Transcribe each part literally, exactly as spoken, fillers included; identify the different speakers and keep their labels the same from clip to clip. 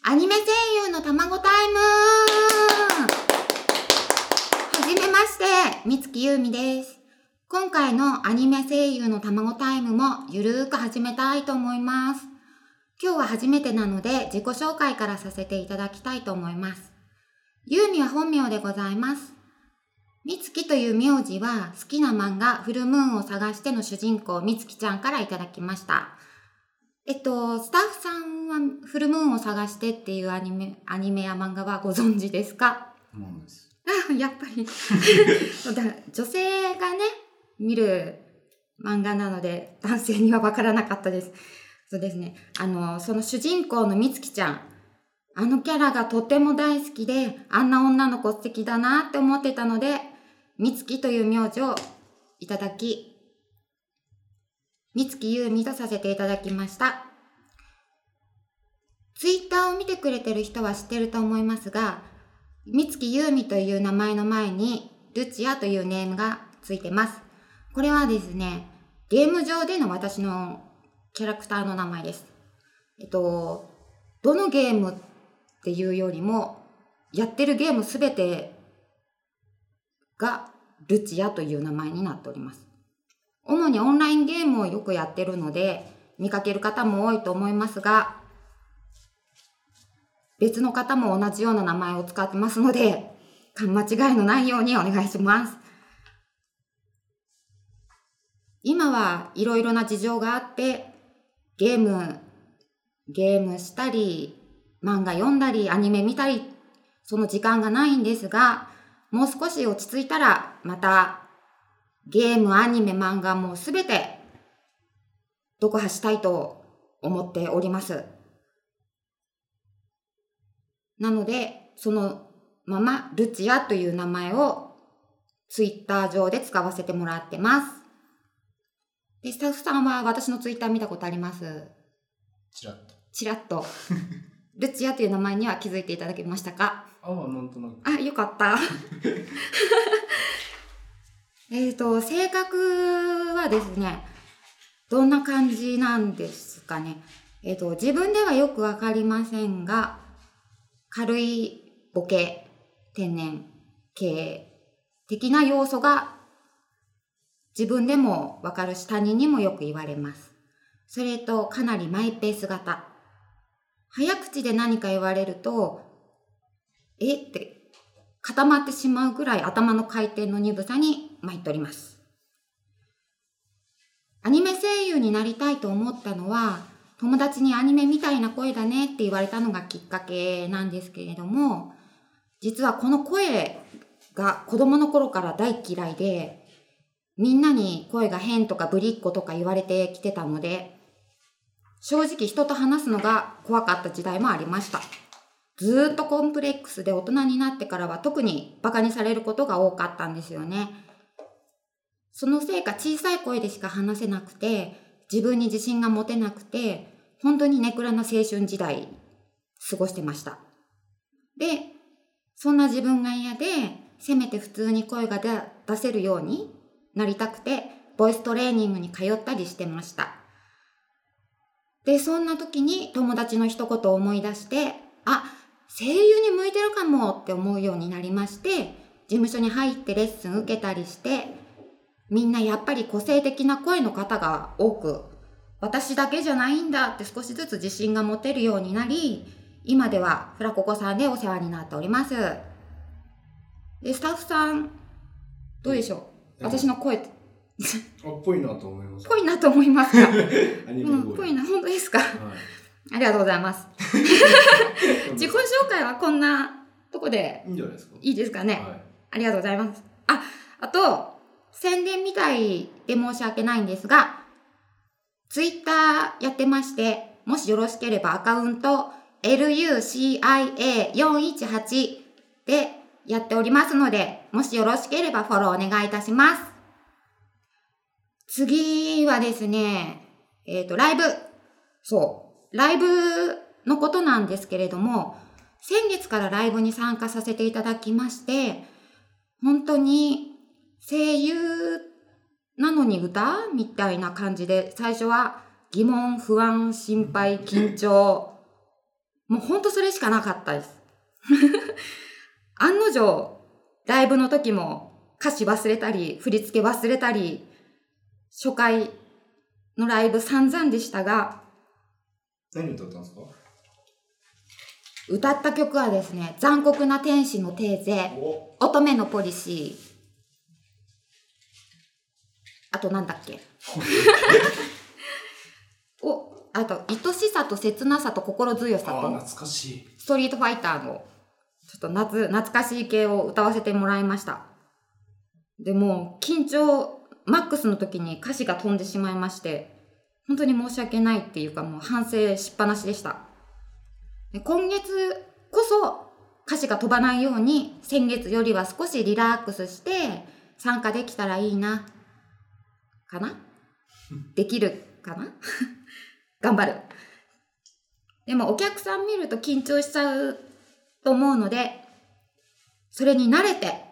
Speaker 1: アニメ声優の卵タイム。はじめまして、みつきゆうみです。今回のアニメ声優の卵タイムもゆるーく始めたいと思います。今日は初めてなので自己紹介からさせていただきたいと思います。ゆうみは本名でございます。みつきという名字は好きな漫画フルムーンを探しての主人公みつきちゃんからいただきました。えっと、スタッフさんはフルムーンを探してっていうアニメ、アニメや漫画はご存知ですか？
Speaker 2: もうです。
Speaker 1: あ、やっぱり。女性がね、見る漫画なので男性にはわからなかったです。そうですね。あの、その主人公のみつきちゃん。あのキャラがとても大好きで、あんな女の子素敵だなって思ってたので、みつきという名字をいただき、みつきゆうみとさせていただきました。ツイッターを見てくれてる人は知ってると思いますが、みつきゆうみという名前の前にルチアというネームがついてます。これはですね、ゲーム上での私のキャラクターの名前です。えっと、どのゲームっていうよりも、やってるゲームすべてがルチアという名前になっております。主にオンラインゲームをよくやってるので、見かける方も多いと思いますが、別の方も同じような名前を使ってますので、間違いのないようにお願いします。今はいろいろな事情があって、ゲーム、ゲームしたり、漫画読んだり、アニメ見たり、その時間がないんですが、もう少し落ち着いたら、また、ゲーム、アニメ、漫画もすべて読破したいと思っております。なので、そのままルチアという名前をツイッター上で使わせてもらってます。で、スタッフさんは私のツイッター見たことあります？
Speaker 2: チラッと。
Speaker 1: チラッと。ルチアという名前には気づいていただけましたか？
Speaker 2: ああ、なんとなく。
Speaker 1: あ、よかった。えっと、性格はですね、どんな感じなんですかね。えっと、自分ではよくわかりませんが、軽いボケ、天然系的な要素が自分でもわかるし、他人にもよく言われます。それと、かなりマイペース型。早口で何か言われると、えって固まってしまうぐらい頭の回転の鈍さに参っております。アニメ声優になりたいと思ったのは、友達にアニメみたいな声だねって言われたのがきっかけなんですけれども、実はこの声が子供の頃から大嫌いで、みんなに声が変とかぶりっ子とか言われてきてたので、正直人と話すのが怖かった時代もありました。ずーっとコンプレックスで大人になってからは特にバカにされることが多かったんですよね。そのせいか小さい声でしか話せなくて、自分に自信が持てなくて、本当にネクラな青春時代過ごしてました。で、そんな自分が嫌で、せめて普通に声が出せるようになりたくて、ボイストレーニングに通ったりしてました。で、そんな時に友達の一言を思い出して、あ、声優に向いてるかもって思うようになりまして、事務所に入ってレッスン受けたりして、みんなやっぱり個性的な声の方が多く、私だけじゃないんだって少しずつ自信が持てるようになり、今ではフラココさんでお世話になっております。で、スタッフさん、どうでしょう？私の声って。
Speaker 2: あ、っぽいなと思います。
Speaker 1: ぽいなと思いますか？
Speaker 2: アニメ声。
Speaker 1: うん、ぽいな、本当ですか？
Speaker 2: はい。
Speaker 1: ありがとうございます。自己紹介はこんなとこで
Speaker 2: いいんじゃないですか？
Speaker 1: いいですかね？
Speaker 2: はい。
Speaker 1: ありがとうございます。あ、あと、宣伝みたいで申し訳ないんですが、ツイッターやってまして、もしよろしければアカウント エルユーシーアイエーよんいちはち でやっておりますので、もしよろしければフォローお願いいたします。次はですね、えっと、ライブ。そう。ライブのことなんですけれども、先月からライブに参加させていただきまして、本当に声優なのに歌みたいな感じで、最初は疑問、不安、心配、緊張、 もうほんとそれしかなかったです。案の定、ライブの時も歌詞忘れたり、振り付け忘れたり、初回のライブ散々でしたが、
Speaker 2: 何歌ったんですか？
Speaker 1: 歌った曲はですね、残酷な天使のテーゼ、乙女のポリシー、あとなんだっけお、あと愛しさと切なさと心強さと、
Speaker 2: あ、懐かしい。
Speaker 1: ストリートファイターのちょっと夏懐かしい系を歌わせてもらいました。でも緊張マックスの時に歌詞が飛んでしまいまして、本当に申し訳ないっていうか、もう反省しっぱなしでした。で今月こそ歌詞が飛ばないように、先月よりは少しリラックスして参加できたらいいなかなできるかな頑張る。でもお客さん見ると緊張しちゃうと思うので、それに慣れて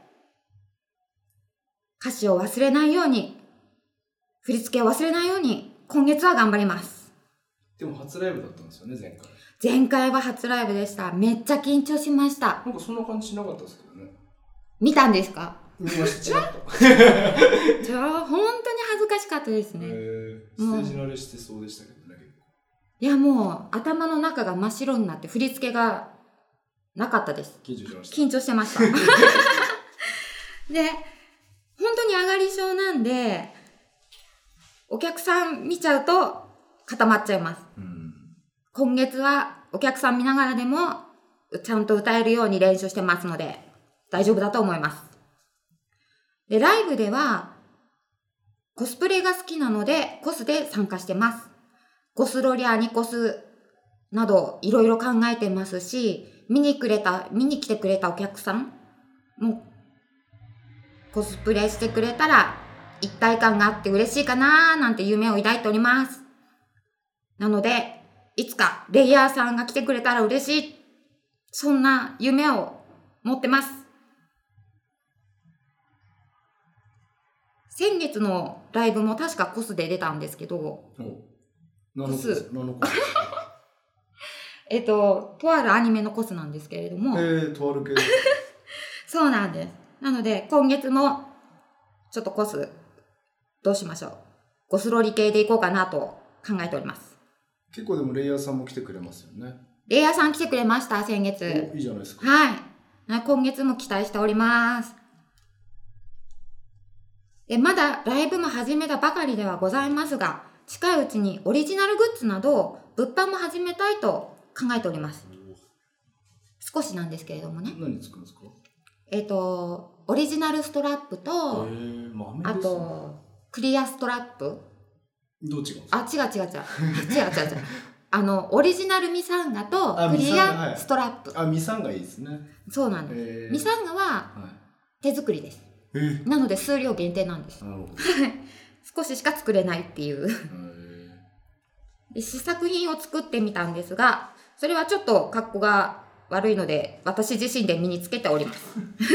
Speaker 1: 歌詞を忘れないように、振り付けを忘れないように今月は頑張ります。
Speaker 2: でも初ライブだったんですよね、前回。
Speaker 1: 前回は初ライブでした。めっちゃ緊張しました。
Speaker 2: なんかそんな感じしなかったですけどね。
Speaker 1: 見たんですか？
Speaker 2: 見ました、ちらっと。
Speaker 1: じゃあ本当に恥ずかしかったですね。
Speaker 2: えー、ステージ慣れしてそうでしたけどね、結構。
Speaker 1: いやもう頭の中が真っ白になって、振り付けがなかったです。
Speaker 2: 緊張しました。
Speaker 1: 緊張してました。で、本当に上がり症なんで、お客さん見ちゃうと固まっちゃいます。うん、今月はお客さん見ながらでもちゃんと歌えるように練習してますので大丈夫だと思います。で、ライブではコスプレが好きなのでコスで参加してます。ゴスロリアニコスなどいろいろ考えてますし、見にくれた見に来てくれたお客さんもコスプレしてくれたら一体感があって嬉しいかなーなんて夢を抱いております。なのでいつかレイヤーさんが来てくれたら嬉しい、そんな夢を持ってます。先月のライブも確かコスで出たんですけど、
Speaker 2: コス何のコス
Speaker 1: えっととあるアニメのコスなんですけれども、
Speaker 2: えー、とある系です
Speaker 1: そうなんです。なので今月もちょっとコスどうしましょう、ゴスロリ系でいこうかなと考えております。
Speaker 2: 結構でもレイヤーさんも来てくれますよね。
Speaker 1: レイヤーさん来てくれました、先月。
Speaker 2: お、いいじゃないですか。
Speaker 1: はい。今月も期待しております。で、まだライブも始めたばかりではございますが、近いうちにオリジナルグッズなど物販も始めたいと考えております。少しなんですけれどもね。
Speaker 2: 何作るんですか？
Speaker 1: えっと、オリジナルストラップと、
Speaker 2: 豆
Speaker 1: あと、クリアストラップ。
Speaker 2: どう違うんですか？
Speaker 1: あ、違う違う違う。違う違う違う。あの、オリジナルミサンガとクリアストラップ。
Speaker 2: あ、ミサンガいいですね。
Speaker 1: そうなんです。ミサンガは手作りです。なので数量限定なんです。なるほど。少ししか作れないっていう。で、試作品を作ってみたんですが、それはちょっと格好が悪いので、私自身で身につけております。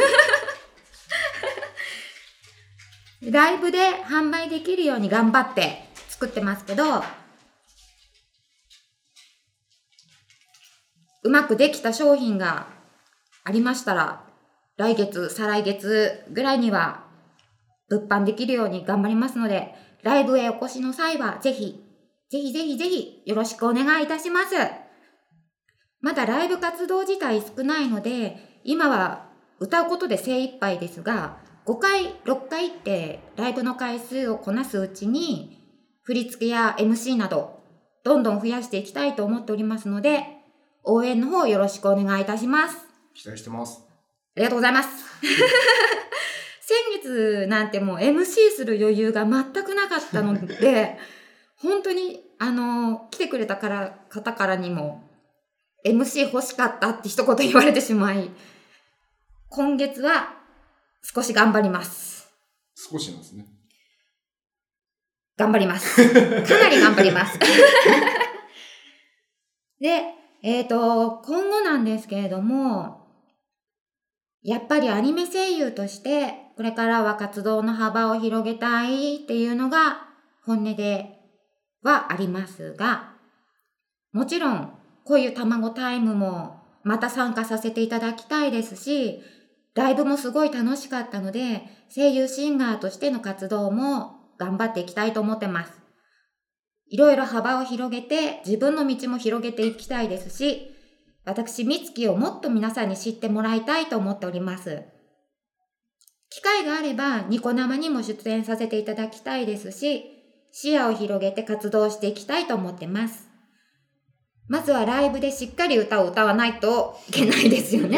Speaker 1: ライブで販売できるように頑張って作ってますけど、うまくできた商品がありましたら、来月、再来月ぐらいには物販できるように頑張りますので、ライブへお越しの際はぜひ、ぜひぜひぜひよろしくお願いいたします。まだライブ活動自体少ないので、今は歌うことで精一杯ですが、ごかい、ろっかいってライブの回数をこなすうちに、振り付けや エムシー など、どんどん増やしていきたいと思っておりますので、応援の方よろしくお願いいたします。
Speaker 2: 期待してます。
Speaker 1: ありがとうございます。先月なんてもう エムシー する余裕が全くなかったので、本当に、あの、来てくれたから方からにも、エムシー 欲しかったって一言言われてしまい、今月は少し頑張ります。
Speaker 2: 少しなんですね。
Speaker 1: 頑張ります。かなり頑張ります。で、えっと、今後なんですけれども、やっぱりアニメ声優として、これからは活動の幅を広げたいっていうのが本音ではありますが、もちろんこういう卵タイムもまた参加させていただきたいですし、ライブもすごい楽しかったので、声優シンガーとしての活動も頑張っていきたいと思ってます。いろいろ幅を広げて、自分の道も広げていきたいですし、私、みつきをもっと皆さんに知ってもらいたいと思っております。機会があれば、ニコ生にも出演させていただきたいですし、視野を広げて活動していきたいと思ってます。まずはライブでしっかり歌を歌わないといけないですよね。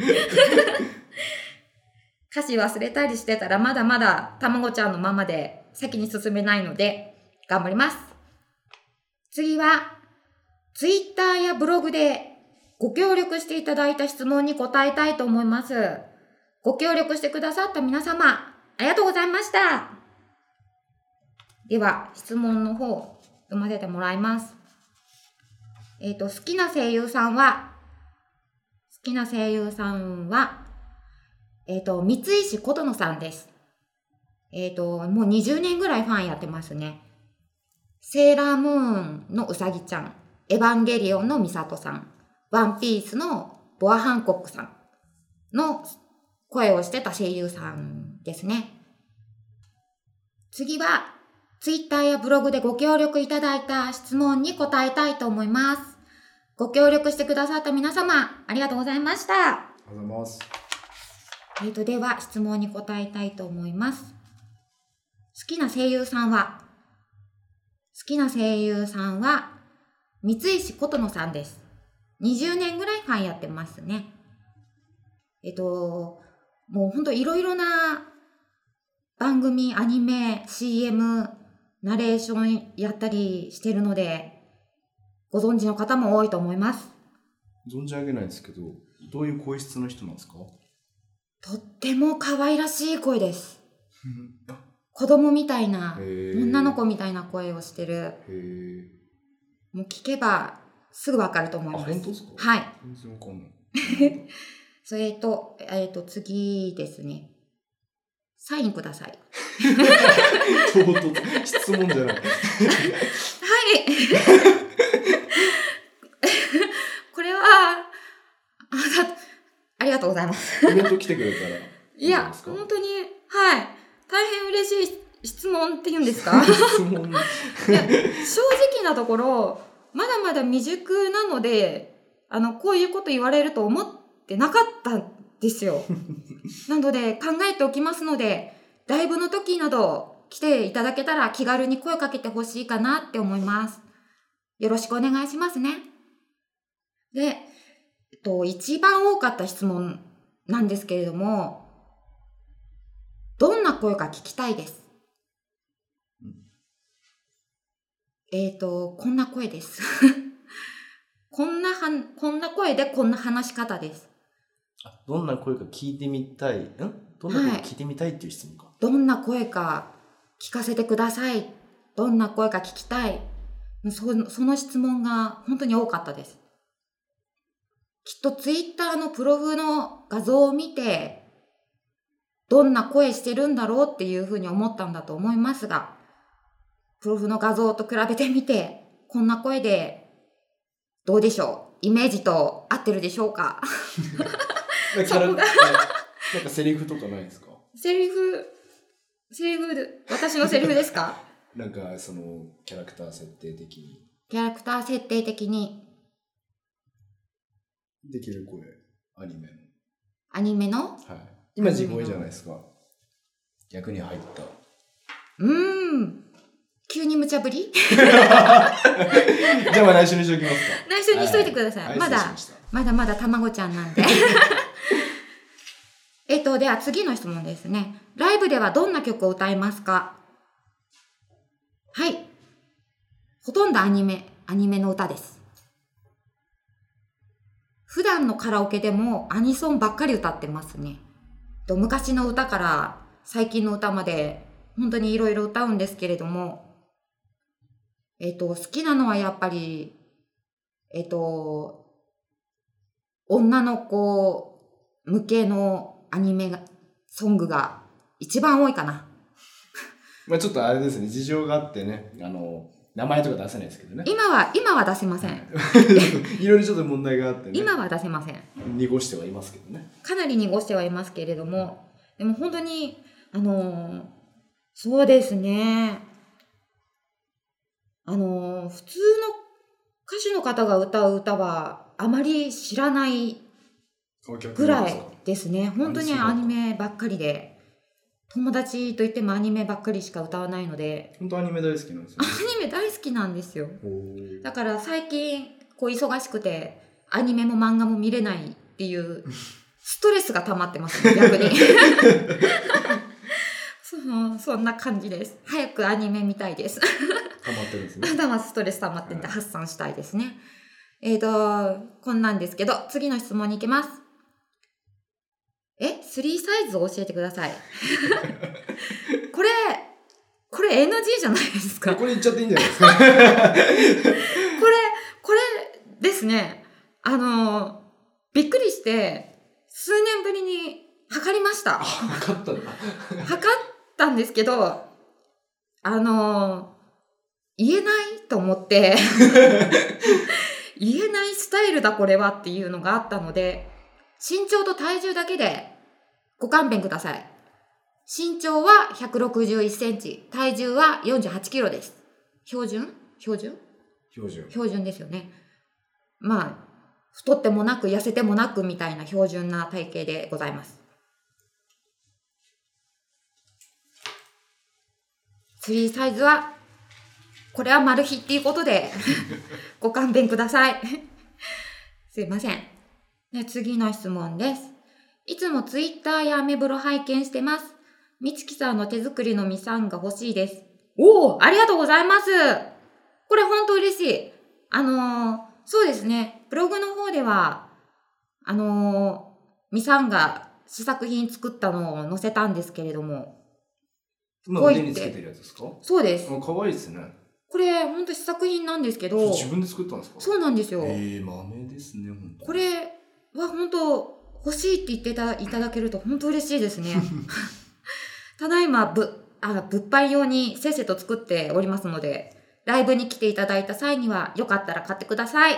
Speaker 1: 歌詞忘れたりしてたらまだまだたまごちゃんのままで先に進めないので頑張ります。次はツイッターやブログでご協力していただいた質問に答えたいと思います。ご協力してくださった皆様、ありがとうございました。では質問の方読ませてもらいます。えっと好きな声優さんは好きな声優さんはえっと三石琴乃さんです。えっともうにじゅうねんぐらいファンやってますね。セーラームーンのうさぎちゃん、エヴァンゲリオンのミサトさん、ワンピースのボア・ハンコックさんの声をしてた声優さんですね。次はツイッターやブログでご協力いただいた質問に答えたいと思います。ご協力してくださった皆様、ありがとうございました。
Speaker 2: ありがとうございます。
Speaker 1: えーと、では質問に答えたいと思います。好きな声優さんは好きな声優さんは三石琴乃さんです。にじゅうねんぐらいファンやってますね。えっと、もうほんといろいろな番組、アニメ、シーエム、ナレーションやったりしてるので、ご存知の方も多いと思います。
Speaker 2: 存じ上げないですけど、どういう声質の人なんですか？
Speaker 1: とっても可愛らしい声です。子供みたいな、女の子みたいな声をしてる。
Speaker 2: へ
Speaker 1: もう聞けばすぐわかると思います。
Speaker 2: あ、本当ですか？
Speaker 1: はい。
Speaker 2: 全然わかんない。
Speaker 1: それと、えっと、次ですね。サインください。
Speaker 2: 唐突、質問じゃない。はい。
Speaker 1: これは、あ、ありがとうございます。
Speaker 2: イベント来てくれたらい
Speaker 1: いや、本当に、はい。大変嬉しい質問って言うんですか？
Speaker 2: 質問
Speaker 1: いや、正直なところ、まだまだ未熟なので、あの、こういうこと言われると思ってなかったんですよ。なので、考えておきますので、ライブの時など来ていただけたら気軽に声かけてほしいかなって思います。よろしくお願いしますね。で、えっと、一番多かった質問なんですけれども、どんな声か聞きたいです。うん、えっと、こんな声です。こんなはん、こんな声でこんな話し方です。
Speaker 2: どんな声か聞いてみたい。んどんな声か聞いてみたいっていう質問か、はい。
Speaker 1: どんな声か聞かせてください。どんな声か聞きたい。そ, その質問が本当に多かったです。きっとツイッターのプロフの画像を見て、どんな声してるんだろうっていうふうに思ったんだと思いますが、プロフの画像と比べてみて、こんな声でどうでしょう？イメージと合ってるでしょうか？
Speaker 2: そこがなんかセリフとかないですか？
Speaker 1: セリフ、セリフで、私のセリフですか？
Speaker 2: なんかそのキャラクター設定的に。
Speaker 1: キャラクター設定的に。
Speaker 2: できる声、アニメの。
Speaker 1: アニメの？
Speaker 2: はい。今地声じゃないですか。逆に入った。
Speaker 1: うーん。急に無茶ぶり？
Speaker 2: じゃあまあ内緒にしておきますか。
Speaker 1: 内緒にしといてください。はい、まだまだまだ卵ちゃんなんで。えっとでは次の質問ですね。ライブではどんな曲を歌いますか？はい。ほとんどアニメアニメの歌です。普段のカラオケでもアニソンばっかり歌ってますね。昔の歌から最近の歌まで本当にいろいろ歌うんですけれども、えっと、好きなのはやっぱり、えっと、女の子向けのアニメソングが一番多いかな。
Speaker 2: まあちょっとあれですね、事情があってね、あの、 名前とか出せないですけどね。
Speaker 1: 今は、今は出せません。
Speaker 2: いろいろちょっと問題があってね。
Speaker 1: 今は出せません。
Speaker 2: 濁してはいますけどね。
Speaker 1: かなり濁してはいますけれども、でも本当に、あのー、そうですね。あのー、普通の歌手の方が歌う歌はあまり知らないぐらいですね。本当にアニメばっかりで。友達といってもアニメばっかりしか歌わないので。
Speaker 2: 本当アニメ大好きなんですよ、ね、
Speaker 1: アニメ大好きなんですよ。だから最近こう忙しくてアニメも漫画も見れないっていうストレスが溜まってますね、逆に。そ, そんな感じです。早くアニメ見たいです。
Speaker 2: 溜まってるんですね。
Speaker 1: 頭ストレス溜まってて発散したいですね。えーと、こんなんですけど、次の質問に行きます。え、スリーサイズを教えてください。これ、これ エヌジー じゃないですか。
Speaker 2: これ言っちゃっていいんじゃないですか。こ
Speaker 1: れ、これですね、あの、びっくりして、数年ぶりに測りました。
Speaker 2: 測ったんだ。
Speaker 1: 測ったんですけど、あの、言えないと思って、言えないスタイルだこれはっていうのがあったので、身長と体重だけでご勘弁ください。身長はひゃくろくじゅういちセンチ、体重はよんじゅうはちキロです。標準？標準？
Speaker 2: 標準。
Speaker 1: 標準ですよね。まあ、太ってもなく痩せてもなくみたいな標準な体型でございます。スリーサイズは、これはマル秘っていうことでご勘弁ください。すいません。で、次の質問です。いつもツイッターやアメブロ拝見してます。みつきさんの手作りのミサンが欲しいです。おお、ありがとうございます。これ本当嬉しい。あのー、そうですね。ブログの方では、あのー、ミサンが試作品作ったのを載せたんですけれども。
Speaker 2: 今腕につけてるやつですか？そうです。かわいいですね。
Speaker 1: これ本当試作品なんですけど。
Speaker 2: 自分で作ったんですか？
Speaker 1: そうなんですよ。
Speaker 2: えー、豆ですね、本当。
Speaker 1: これは本当欲しいって言ってたいただけると本当嬉しいですね。ただいまぶあ物販用にせっせと作っておりますので、ライブに来ていただいた際にはよかったら買ってください。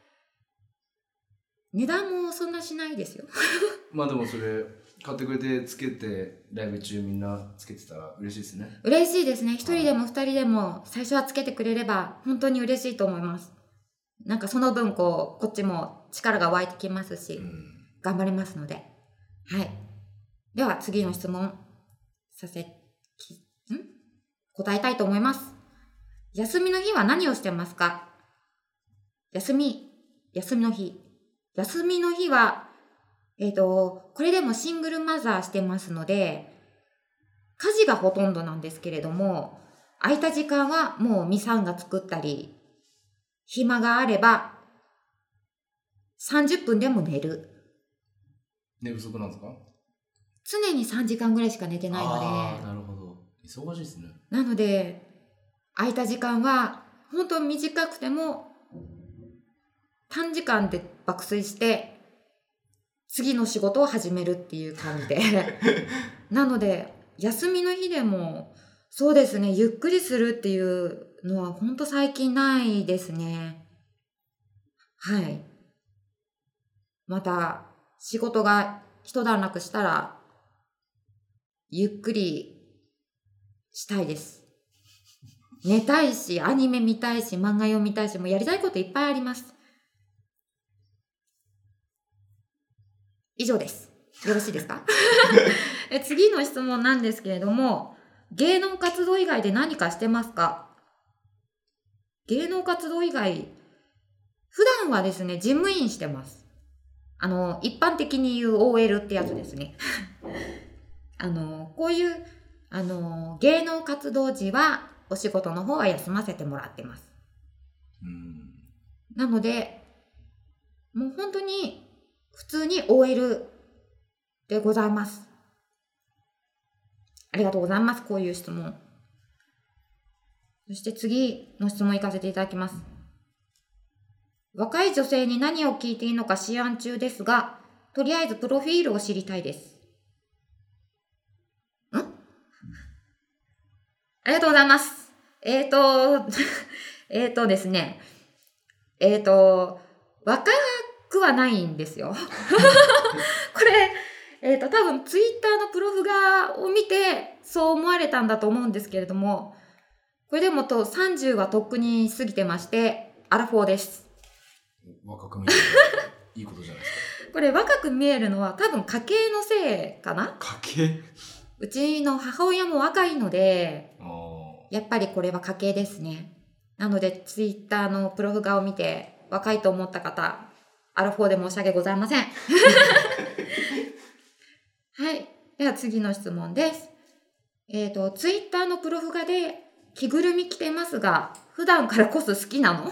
Speaker 1: 値段もそんなしないですよ。
Speaker 2: まあでもそれ買ってくれてつけてライブ中みんなつけてたら嬉しいですね。
Speaker 1: 嬉しいですね。一人でも二人でも最初はつけてくれれば本当に嬉しいと思います。なんかその分こうこっちも力が湧いてきますし、うん、頑張れますので。はい。では次の質問させきん答えたいと思います。休みの日は何をしてますか？休み休みの日休みの日はえっと、これでもシングルマザーしてますので、家事がほとんどなんですけれども、空いた時間はもうミサンが作ったり、暇があればさんじゅっぷんでも寝る。
Speaker 2: 寝不足なんですか？
Speaker 1: 常にさんじかんぐらいしか寝てないので。
Speaker 2: ああ、なるほど。忙しいですね。
Speaker 1: なので、空いた時間は本当短くても短時間で爆睡して、次の仕事を始めるっていう感じで。なので、休みの日でも、そうですね、ゆっくりするっていうのは本当最近ないですね。はい。また、仕事が一段落したら、ゆっくりしたいです。寝たいし、アニメ見たいし、漫画読みたいし、もうやりたいこといっぱいあります。以上です。よろしいですか？え次の質問なんですけれども、芸能活動以外で何かしてますか？芸能活動以外、普段はですね、事務員してます。あの、一般的に言う オーエル ってやつですね。あの、こういう、あの、芸能活動時は、お仕事の方は休ませてもらってます。うんなので、もう本当に、普通に オーエル でございます。ありがとうございます。こういう質問。そして次の質問いかせていただきます。若い女性に何を聞いていいのか思案中ですが、とりあえずプロフィールを知りたいです。んありがとうございます。えーと、 えっとですね、えっと、若くはないんですよ。これ、えっと、多分ツイッターのプロフ画を見てそう思われたんだと思うんですけれども、これでもとさんじゅうはとっくに過ぎてまして、アラフォーです。
Speaker 2: 若く見えるいいことじゃないですか。
Speaker 1: これ若く見えるのは多分家系のせいかな。
Speaker 2: 家系？
Speaker 1: うちの母親も若いので、
Speaker 2: あ
Speaker 1: やっぱりこれは家系ですね。なのでツイッターのプロフ画を見て若いと思った方、アラフォーで申し訳ございません。はい。では次の質問です。えっと、ツイッターのプロフ画で着ぐるみ着てますが、普段からコス好きなの？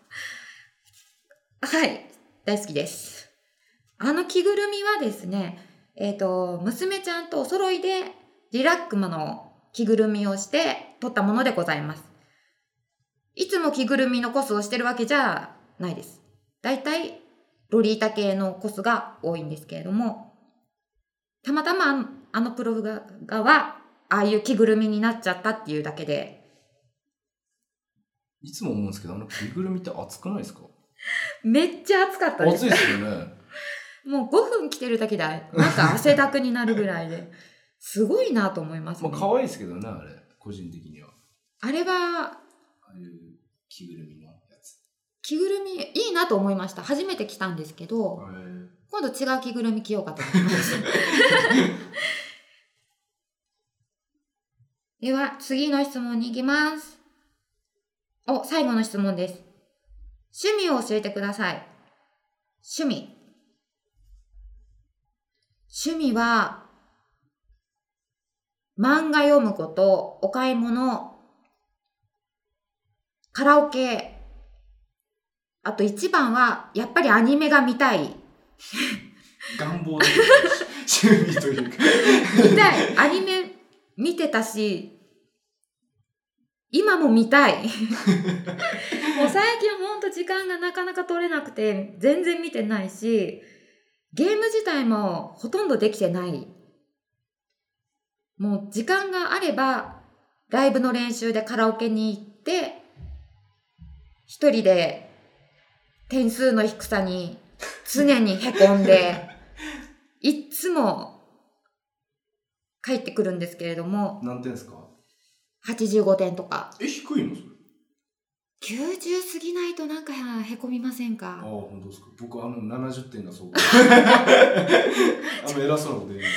Speaker 1: はい。大好きです。あの着ぐるみはですね、えっと、娘ちゃんとお揃いでリラックマの着ぐるみをして撮ったものでございます。いつも着ぐるみのコスをしてるわけじゃないです。だいたいロリータ系のコスが多いんですけれども、たまたまあのプロフ画はああいう着ぐるみになっちゃったっていうだけで。
Speaker 2: いつも思うんですけど、あの着ぐるみって熱くないですか？
Speaker 1: めっちゃ暑かったです。
Speaker 2: 暑いですよね。
Speaker 1: もうごふん着てるだけでなんか汗だくになるぐらいですごいなと思いますね。
Speaker 2: まあ可愛いですけどね、あれ個人的には。
Speaker 1: あれは
Speaker 2: ああいう着ぐるみのやつ。
Speaker 1: 着ぐるみいいなと思いました。初めて着たんですけど、今度違う着ぐるみ着ようかと思います。では次の質問に行きます。お、最後の質問です。趣味を教えてください。趣味。趣味は、漫画読むこと、お買い物、カラオケ、あと一番は、やっぱりアニメが見たい。
Speaker 2: 願望で趣味というか。
Speaker 1: 見たい。アニメ見てたし、今も見たい。もう最近ほんと時間がなかなか取れなくて、全然見てないし、ゲーム自体もほとんどできてない。もう時間があれば、ライブの練習でカラオケに行って、一人で点数の低さに常にへこんで、いっつも帰ってくるんですけれども。
Speaker 2: 何点ですか？
Speaker 1: はちじゅうごてんとか。
Speaker 2: え、低いのそれ？
Speaker 1: きゅうじゅう過ぎないとなんかへこみませんか？
Speaker 2: ああ、本当ですか。僕あのななじゅってんがそうか。あの偉そうなこと言うんです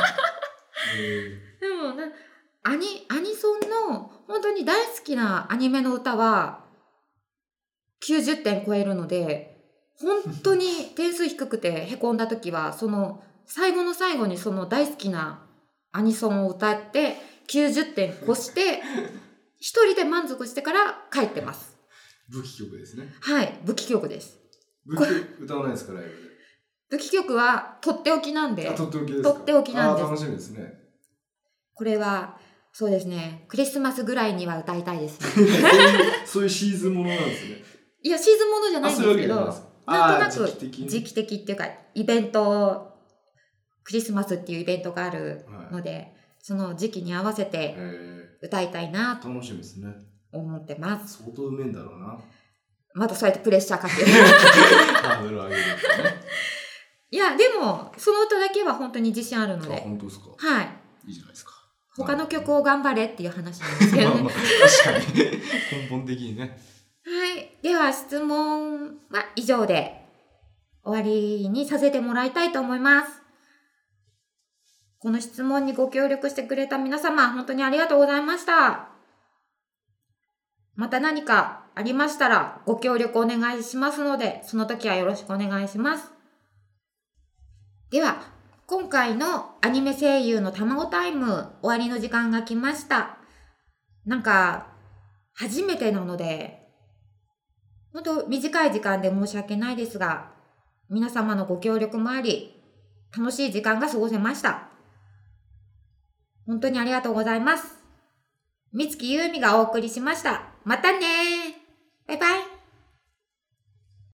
Speaker 1: けど、ね。でもなアニ、アニソンの本当に大好きなアニメの歌はきゅうじゅってん超えるので、本当に点数低くてへこんだ時は、その最後の最後にその大好きなアニソンを歌ってきゅうじゅってん越して一人で満足してから帰ってます。
Speaker 2: 武器曲ですね。
Speaker 1: はい、武器曲です。
Speaker 2: 武器歌わないですか、ライブで？
Speaker 1: 武器曲はとっておきなんで。
Speaker 2: あ、とっておきですか？
Speaker 1: とっておきなんです。
Speaker 2: あ、楽しみですね。
Speaker 1: これはそうですね、クリスマスぐらいには歌いたいですね。
Speaker 2: そういうシーズンものなんですね。
Speaker 1: いや、シーズンものじゃないんですけど、なんとなく
Speaker 2: 時期的に
Speaker 1: 時期的っていうか、イベント、クリスマスっていうイベントがあるので、はい、その時期に合わせて歌いたいなと
Speaker 2: 楽しみですね。
Speaker 1: 思ってます。
Speaker 2: 相当うめえんだろうな。ま
Speaker 1: たそうやってプレッシャーかける。
Speaker 2: ハードル上げるんですね。
Speaker 1: いや、でも、その歌だけは本当に自信あるので。
Speaker 2: あ、本当ですか？
Speaker 1: はい。
Speaker 2: いいじゃないですか。
Speaker 1: 他の曲を頑張れっていう話なんですけどね。まあまあ、
Speaker 2: 確かに。根本的にね。
Speaker 1: はい。では、質問は以上で終わりにさせてもらいたいと思います。この質問にご協力してくれた皆様、本当にありがとうございました。また何かありましたらご協力お願いしますので、その時はよろしくお願いします。では、今回のアニメ声優の卵タイム終わりの時間が来ました。なんか、初めてなので、本当短い時間で申し訳ないですが、皆様のご協力もあり、楽しい時間が過ごせました。本当にありがとうございます。美月優美がお送りしました。またねー。バイバイ。